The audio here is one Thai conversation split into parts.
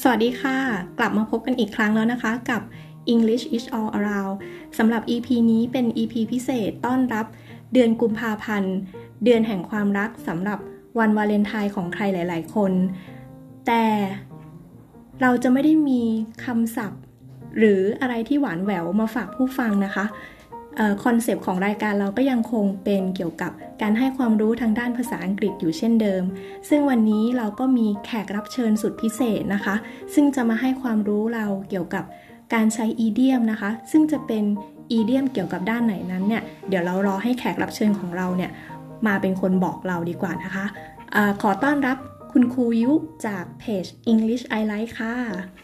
สวัสดีค่ะกลับมาพบกันอีกครั้งแล้วนะคะกับ English is all around สำหรับ EP นี้เป็น EP พิเศษต้อนรับเดือนกุมภาพันธ์เดือนแห่งความรักสำหรับวันวาเลนไทน์ของใครหลายๆคนแต่เราจะไม่ได้มีคำศัพท์หรืออะไรที่หวานแหววมาฝากผู้ฟังนะคะคอนเซปต์ของรายการเราก็ยังคงเป็นเกี่ยวกับการให้ความรู้ทางด้านภาษาอังกฤษอยู่เช่นเดิมซึ่งวันนี้เราก็มีแขกรับเชิญสุดพิเศษนะคะซึ่งจะมาให้ความรู้เราเกี่ยวกับการใช้อีเดียมนะคะซึ่งจะเป็นอีเดียมเกี่ยวกับด้านไหนนั้นเนี่ยเดี๋ยวเรารอให้แขกรับเชิญของเราเนี่ยมาเป็นคนบอกเราดีกว่านะคะขอต้อนรับคุณครูยุจากเพจ English I Like ค่ะ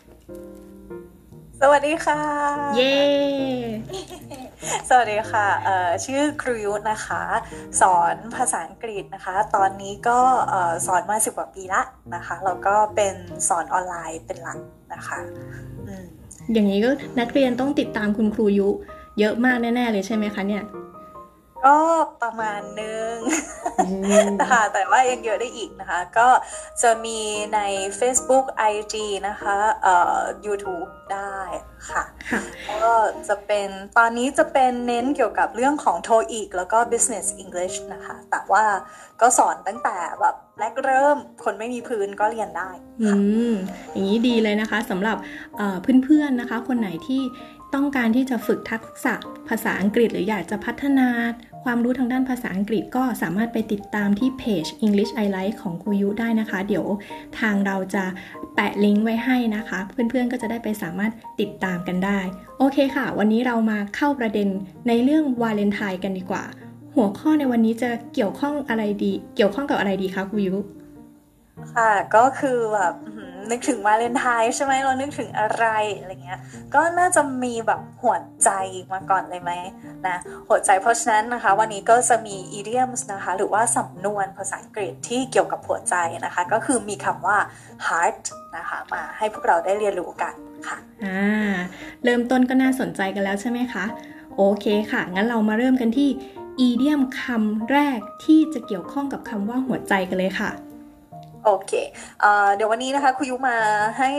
สวัสดีค่ะเย้สวัสดีค่ะชื่อครูยุนะคะสอนภาษาอังกฤษนะคะตอนนี้ก็สอนมา10 กว่าปีละนะคะแล้วก็เป็นสอนออนไลน์เป็นหลักนะคะอย่างนี้ก็นักเรียนต้องติดตามคุณครูยุเยอะมากแน่ๆเลยใช่ไหมคะเนี่ยก็ประมาณนึงนะคะแต่ว่ายังเยอะได้อีกนะคะก็จะมีใน Facebook IG นะคะYouTube ได้ค่ะก็จะเป็นตอนนี้จะเป็นเน้นเกี่ยวกับเรื่องของ TOEIC แล้วก็ Business English นะคะแต่ว่าก็สอนตั้งแต่แบบแรกเริ่มคนไม่มีพื้นก็เรียนได้อย่างนี้ดีเลยนะคะสำหรับเพื่อนๆนะคะคนไหนที่ต้องการที่จะฝึกทักษะภาษาอังกฤษหรืออยากจะพัฒนาความรู้ทางด้านภาษาอังกฤษก็สามารถไปติดตามที่เพจ English I Like ของครูยุได้นะคะเดี๋ยวทางเราจะแปะลิงก์ไว้ให้นะคะเพื่อนๆก็จะได้ไปสามารถติดตามกันได้โอเคค่ะวันนี้เรามาเข้าประเด็นในเรื่องวาเลนไทน์กันดีกว่าหัวข้อในวันนี้จะเกี่ยวข้องกับอะไรดีคะครูยุค่ะก็คือแบบนึกถึงวาเลนไทน์ใช่ไหมเรานึกถึงอะไรอะไรเงี้ยก็น่าจะมีแบบหัวใจมาก่อนเลยไหมนะหัวใจเพราะฉะนั้นนะคะวันนี้ก็จะมี idioms นะคะหรือว่าสำนวนภาษาอังกฤษที่เกี่ยวกับหัวใจนะคะก็คือมีคำว่า heart นะคะมาให้พวกเราได้เรียนรู้กันค่ะเริ่มต้นก็น่าสนใจกันแล้วใช่ไหมคะโอเคค่ะงั้นเรามาเริ่มกันที่อีเดียมคำแรกที่จะเกี่ยวข้องกับคำว่าหัวใจกันเลยค่ะโอเคเดี๋ยววันนี้นะคะครูยุมาให้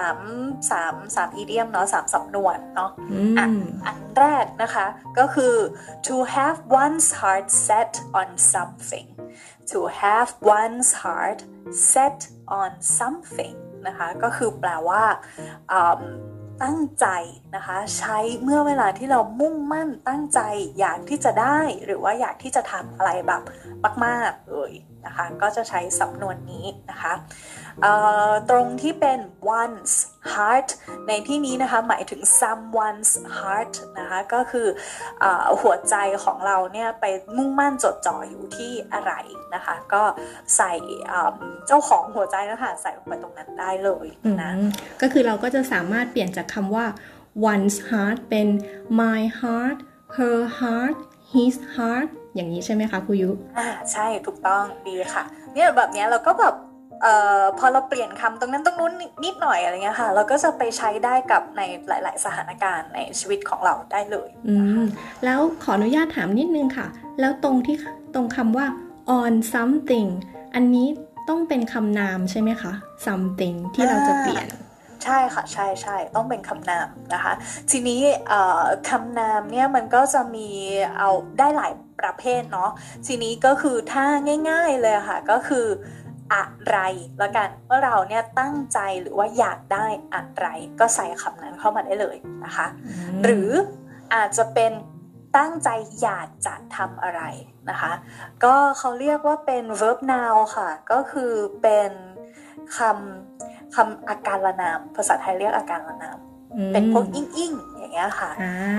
3 idiom เนาะ3 สำนวนเนาะอันแรกนะคะก็คือ to have one's heart set on something to have one's heart set on something นะคะก็คือแปลว่าตั้งใจนะคะใช้เมื่อเวลาที่เรามุ่งมั่นตั้งใจอยากที่จะได้หรือว่าอยากที่จะทำอะไรแบบมากๆเลยนะคะก็จะใช้สำนวนนี้นะคะตรงที่เป็น one's heart ในที่นี้นะคะหมายถึง someone's heart นะคะก็คือหัวใจของเราเนี่ยไปมุ่งมั่นจดจ่ออยู่ที่อะไรนะคะก็ใส่เจ้าของหัวใจนะคะใส่ลงไปตรงนั้นได้เลยนะก็คือเราก็จะสามารถเปลี่ยนจากคำว่า one's heart เป็น my heart her heart his heart อย่างนี้ใช่ไหมคะครูยุใช่ถูกต้องดีค่ะเนี่ยแบบนี้เราก็แบบพอเราเปลี่ยนคำตรงนั้นตรงนู้นนิดหน่อยอะไรเงี้ยค่ะเราก็จะไปใช้ได้กับในหลายๆสถานการณ์ในชีวิตของเราได้เลยแล้วขออนุญาตถามนิดนึงค่ะแล้วตรงคำว่า on something อันนี้ต้องเป็นคำนามใช่ไหมคะ something ที่เราจะเปลี่ยนใช่ค่ะใช่ต้องเป็นคำนามนะคะทีนี้คำนามเนี่ยมันก็จะมีเอาได้หลายประเภทเนาะทีนี้ก็คือถ้าง่ายๆเลยค่ะก็คืออะไรแล้วกันว่าเราเนี่ยตั้งใจหรือว่าอยากได้อะไรก็ใส่คำนั้นเข้ามาได้เลยนะคะหรืออาจจะเป็นตั้งใจอยากจะทำอะไรนะคะก็เขาเรียกว่าเป็น verb noun ค่ะก็คือเป็นคำอาการนามภาษาไทยเรียกอาการนามเป็นพวกอิงอย่างเงี้ยค่ะ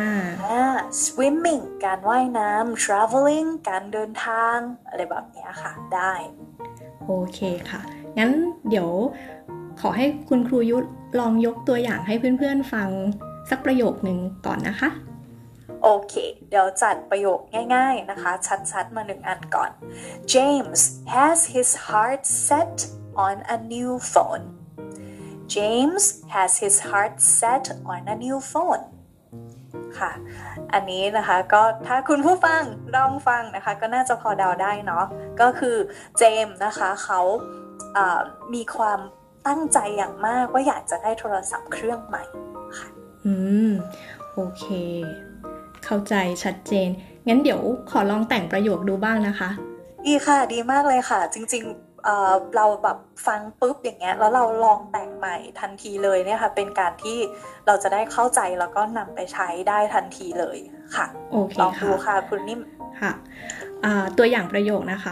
swimming การว่ายน้ำ traveling การเดินทางอะไรแบบนี้ค่ะได้โอเคค่ะงั้นเดี๋ยวขอให้คุณครูยุลองยกตัวอย่างให้เพื่อนๆฟังสักประโยคนึงก่อนนะคะโอเคเดี๋ยวจัดประโยคง่ายๆนะคะชัดๆมา1 อันก่อน James has his heart set on a new phone James has his heart set on a new phone ค่ะอันนี้นะคะก็ถ้าคุณผู้ฟังลองฟังนะคะก็น่าจะพอเดาได้เนาะก็คือเจมส์นะคะเขามีความตั้งใจอย่างมากว่าอยากจะได้โทรศัพท์เครื่องใหม่ค่ะโอเคเข้าใจชัดเจนงั้นเดี๋ยวขอลองแต่งประโยคดูบ้างนะคะดีค่ะดีมากเลยค่ะจริงๆเราแบบฟังปุ๊บอย่างเงี้ยแล้วเราลองแต่งใหม่ทันทีเลยเนี่ยค่ะเป็นการที่เราจะได้เข้าใจแล้วก็นำไปใช้ได้ทันทีเลยค่ะโอเคลองดูค่ะคุณนิ่มค่ะตัวอย่างประโยคนะคะ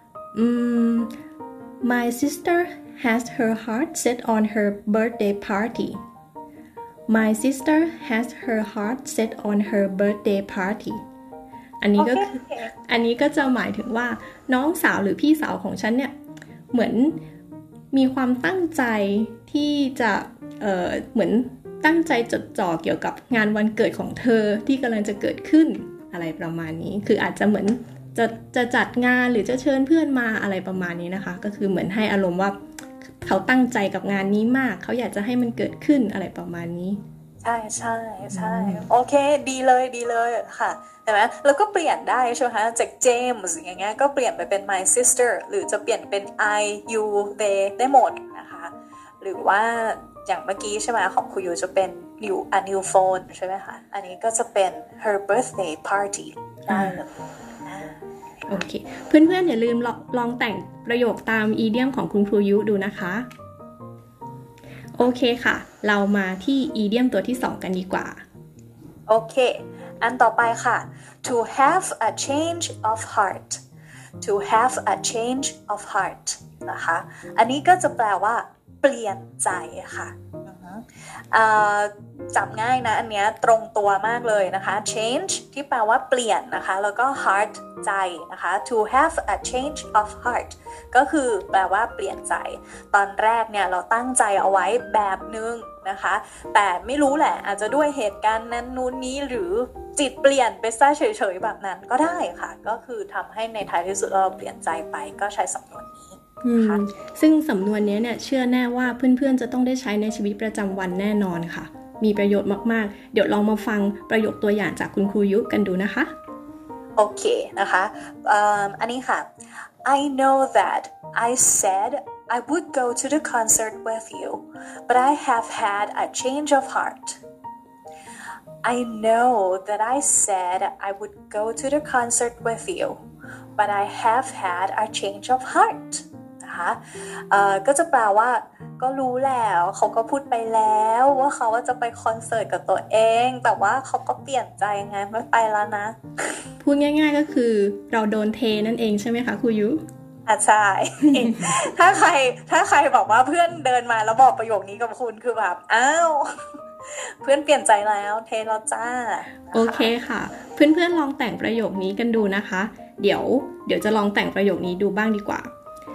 My sister has her heart set on her birthday party My sister has her heart set on her birthday party อันนี้ก็คืออันนี้ก็จะหมายถึงว่าน้องสาวหรือพี่สาวของฉันเนี่ยเหมือนมีความตั้งใจที่จะเหมือนตั้งใจจดจ่อเกี่ยวกับงานวันเกิดของเธอที่กำลังจะเกิดขึ้นอะไรประมาณนี้คืออาจจะเหมือนจะจัดงานหรือจะเชิญเพื่อนมาอะไรประมาณนี้นะคะก็คือเหมือนให้อารมณ์ว่าเขาตั้งใจกับงานนี้มากเขาอยากจะให้มันเกิดขึ้นอะไรประมาณนี้ใช่ใช่ใช่โอเคดีเลยค่ะเห็นไหมแล้วก็เปลี่ยนได้ใช่ไหมคะจาก James อย่างเงี้ยก็เปลี่ยนไปเป็น my sister หรือจะเปลี่ยนเป็น I you they ได้หมดนะคะหรือว่าอย่างเมื่อกี้ใช่ไหมของครูยูจะเป็น new phone ใช่ไหมคะอันนี้ก็จะเป็น her birthday party ได้เลยโอเคเพื่อนๆอย่าลืมลองแต่งประโยคตามอีเดียมของคุณครูยุดูนะคะโอเคค่ะเรามาที่อีเดียมตัวที่2กันดีกว่าโอเคอันต่อไปค่ะ to have a change of heart to have a change of heart นะคะอันนี้ก็จะแปลว่าเปลี่ยนใจค่ะจำง่ายนะอันเนี้ยตรงตัวมากเลยนะคะ change ที่แปลว่าเปลี่ยนนะคะแล้วก็ heart ใจนะคะ to have a change of heart ก็คือแปลว่าเปลี่ยนใจตอนแรกเนี่ยเราตั้งใจเอาไว้แบบนึงนะคะแต่ไม่รู้แหละอาจจะด้วยเหตุการณ์นั้นนู้นนี้หรือจิตเปลี่ยนไปซะเฉยๆแบบนั้นก็ได้ค่ะก็คือทำให้ในท้ายที่สุดเราเปลี่ยนใจไปก็ใช้สำนวนนี้ซึ่งสำนวนนี้เนี่ยเชื่อแน่ว่าเพื่อนๆจะต้องได้ใช้ในชีวิตประจำวันแน่นอนค่ะมีประโยชน์มากๆเดี๋ยวลองมาฟังประโยคตัวอย่างจากคุณครูยุกันดูนะคะโอเคนะคะอันนี้ค่ะ I know that I said I would go to the concert with you but I have had a change of heart I know that I said I would go to the concert with you but I have had a change of heartก็จะแปลว่าก็รู้แล้วเขาก็พูดไปแล้วว่าเขาว่าจะไปคอนเสิร์ตกับตัวเองแต่ว่าเขาก็เปลี่ยนใจไงไม่ไปแล้วนะพูดง่ายๆก็คือเราโดนเทนั่นเองใช่ไหมคะครูยุใช่ ถ้าใครบอกว่าเพื่อนเดินมาแล้วบอกประโยคนี้กับคุณคือแบบอ้าวเพื่อนเปลี่ยนใจแล้วเทแล้วจ้าโอเคค่ะเพื่อนๆลองแต่งประโยคนี้กันดูนะคะเดี๋ยวจะลองแต่งประโยคนี้ดูบ้างดีกว่า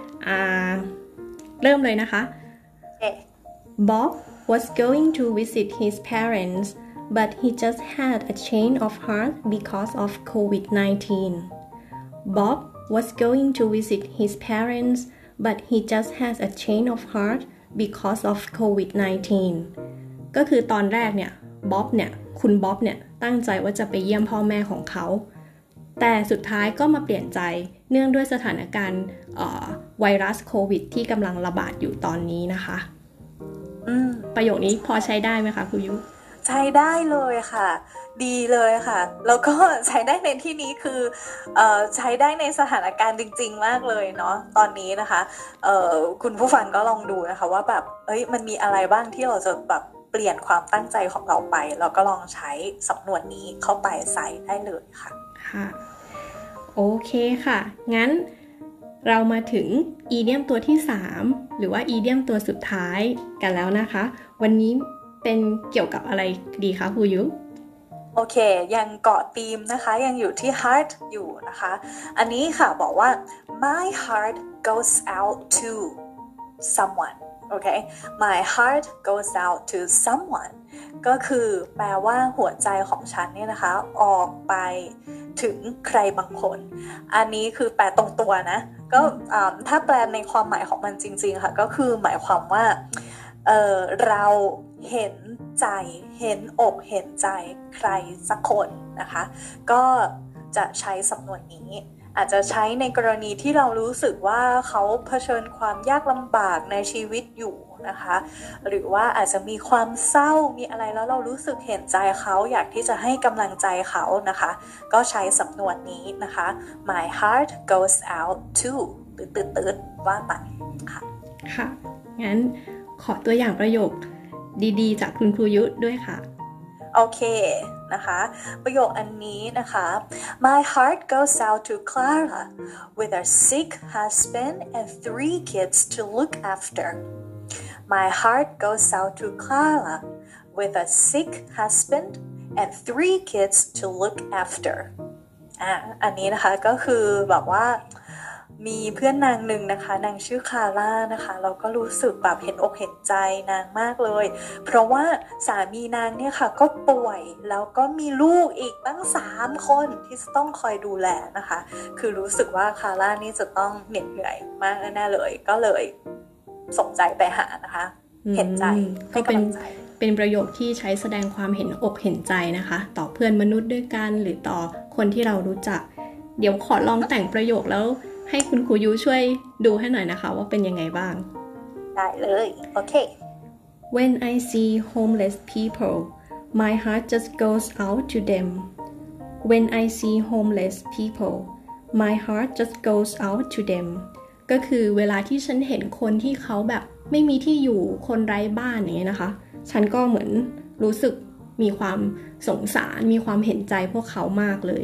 เริ่มเลยนะคะ Bob was going to visit his parents but he just had a change of heart because of COVID-19 Bob was going to visit his parents but he just has a change of heart because of COVID-19 ก็คือตอนแรกเนี่ยคุณบ๊อบเนี่ยตั้งใจว่าจะไปเยี่ยมพ่อแม่ของเขาแต่สุดท้ายก็มาเปลี่ยนใจเนื่องด้วยสถานการณ์ไวรัสโควิดที่กำลังระบาดอยู่ตอนนี้นะคะประโยคนี้พอใช้ได้ไหมคะครูยุใช้ได้เลยค่ะดีเลยค่ะแล้วก็ใช้ได้ในที่นี้คือใช้ได้ในสถานการณ์จริงๆมากเลยเนาะตอนนี้นะคะคุณผู้ฟังก็ลองดูนะคะว่าแบบมันมีอะไรบ้างที่เราจะแบบเปลี่ยนความตั้งใจของเราไปเราก็ลองใช้สำนวนนี้เข้าไปใส่ได้เลยค่ะค่ะโอเคค่ะงั้นเรามาถึงอีเดียมตัวที่3หรือว่าอีเดียมตัวสุดท้ายกันแล้วนะคะวันนี้เป็นเกี่ยวกับอะไรดีคะครูยุโอเคยังเกาะธีมนะคะยังอยู่ที่ heart อยู่นะคะอันนี้ค่ะบอกว่า my heart goes out to someone โอเค my heart goes out to someone ก็คือแปลว่าหัวใจของฉันเนี่ยนะคะออกไปถึงใครบางคนอันนี้คือแปลตรงตัวนะก็ถ้าแปลในความหมายของมันจริงๆค่ะก็คือหมายความว่าเราเห็นใจเห็นอกเห็นใจใครสักคนนะคะก็จะใช้สำนวนนี้อาจจะใช้ในกรณีที่เรารู้สึกว่าเขาเผชิญความยากลำบากในชีวิตอยู่นะคะหรือว่าอาจจะมีความเศร้ามีอะไรแล้วเรารู้สึกเห็นใจเขาอยากที่จะให้กำลังใจเขานะคะก็ใช้สำนวนนี้นะคะ My heart goes out to ตืดๆว่าไปค่ะค่ะงั้นขอตัวอย่างประโยคดีๆจากคุณครูยุด้วยค่ะโอเคนะคะประโยคอันนี้นะคะ My heart goes out to Clara with a sick husband and 3 kids to look after My heart goes out to Clara with a sick husband and 3 kids to look after อันนี้นะคะก็คือแบบว่ามีเพื่อนนางหนึ่งนะคะนางชื่อคาร่านะคะเราก็รู้สึกแบบเห็นอกเห็นใจนางมากเลยเพราะว่าสามีนางเนี่ยค่ะก็ป่วยแล้วก็มีลูกอีกตั้ง3 คนที่จะต้องคอยดูแลนะคะคือรู้สึกว่าคาร่านี่จะต้องเหน็ดเหนื่อยมากแน่ๆเลยก็เลยส่งใจไปหานะคะเห็นใจก็เป็นประโยคที่ใช้แสดงความเห็นอกเห็นใจนะคะต่อเพื่อนมนุษย์ด้วยกันหรือต่อคนที่เรารู้จักเดี๋ยวขอลองแต่งประโยคแล้วให้คุณครูยุช่วยดูให้หน่อยนะคะว่าเป็นยังไงบ้างได้เลยโอเค When I see homeless people my heart just goes out to them When I see homeless people my heart just goes out to them ก็คือเวลาที่ฉันเห็นคนที่เขาแบบไม่มีที่อยู่คนไร้บ้านอย่างเงี้ยนะคะฉันก็เหมือนรู้สึกมีความสงสารมีความเห็นใจพวกเขามากเลย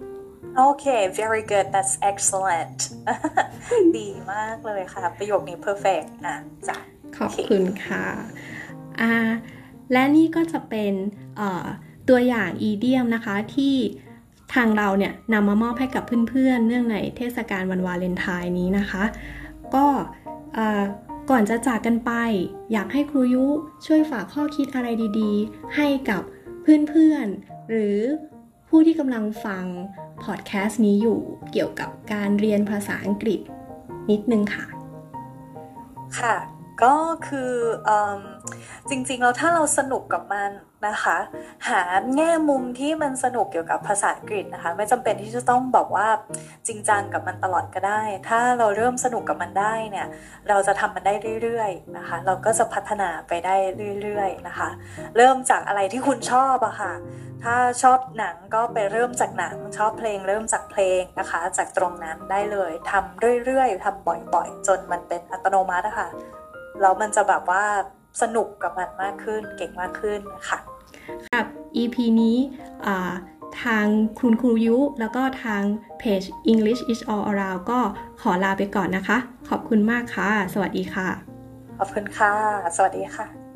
Okay, very good. That's excellent. ดีมากเลยค่ะประโยคนี้ perfect จ้ะขอบคุณค่ะและนี่ก็จะเป็นตัวอย่าง idiom นะคะที่ทางเราเนี่ยนำมามอบให้กับเพื่อนๆเนื่องในเทศกาลวันวาเลนไทน์นี้นะคะก็ก่อนจะจากกันไปอยากให้ครูยุช่วยฝากข้อคิดอะไรดีๆให้กับเพื่อนๆหรือผู้ที่กำลังฟังพอดแคสต์นี้อยู่เกี่ยวกับการเรียนภาษาอังกฤษนิดนึงค่ะค่ะก็คือจริงๆแล้วถ้าเราสนุกกับมันนะคะหาแง่มุมที่มันสนุกเกี่ยวกับภาษาอังกฤษนะคะไม่จำเป็นที่จะต้องบอกว่าจริงจังกับมันตลอดก็ได้ถ้าเราเริ่มสนุกกับมันได้เนี่ยเราจะทำมันได้เรื่อยๆนะคะเราก็จะพัฒนาไปได้เรื่อยๆนะคะเริ่มจากอะไรที่คุณชอบอะค่ะถ้าชอบหนังก็ไปเริ่มจากหนังชอบเพลงเริ่มจากเพลงนะคะจากตรงนั้นได้เลยทำเรื่อยๆทำบ่อยๆจนมันเป็นอัตโนมัติอะค่ะแล้วมันจะแบบว่าสนุกกับมันมากขึ้นเก่งมากขึ้นค่ะครับ EP นี้ทางคุณครูยุแล้วก็ทางเพจ English is all around ก็ขอลาไปก่อนนะคะขอบคุณมากค่ะสวัสดีค่ะขอบคุณค่ะสวัสดีค่ะ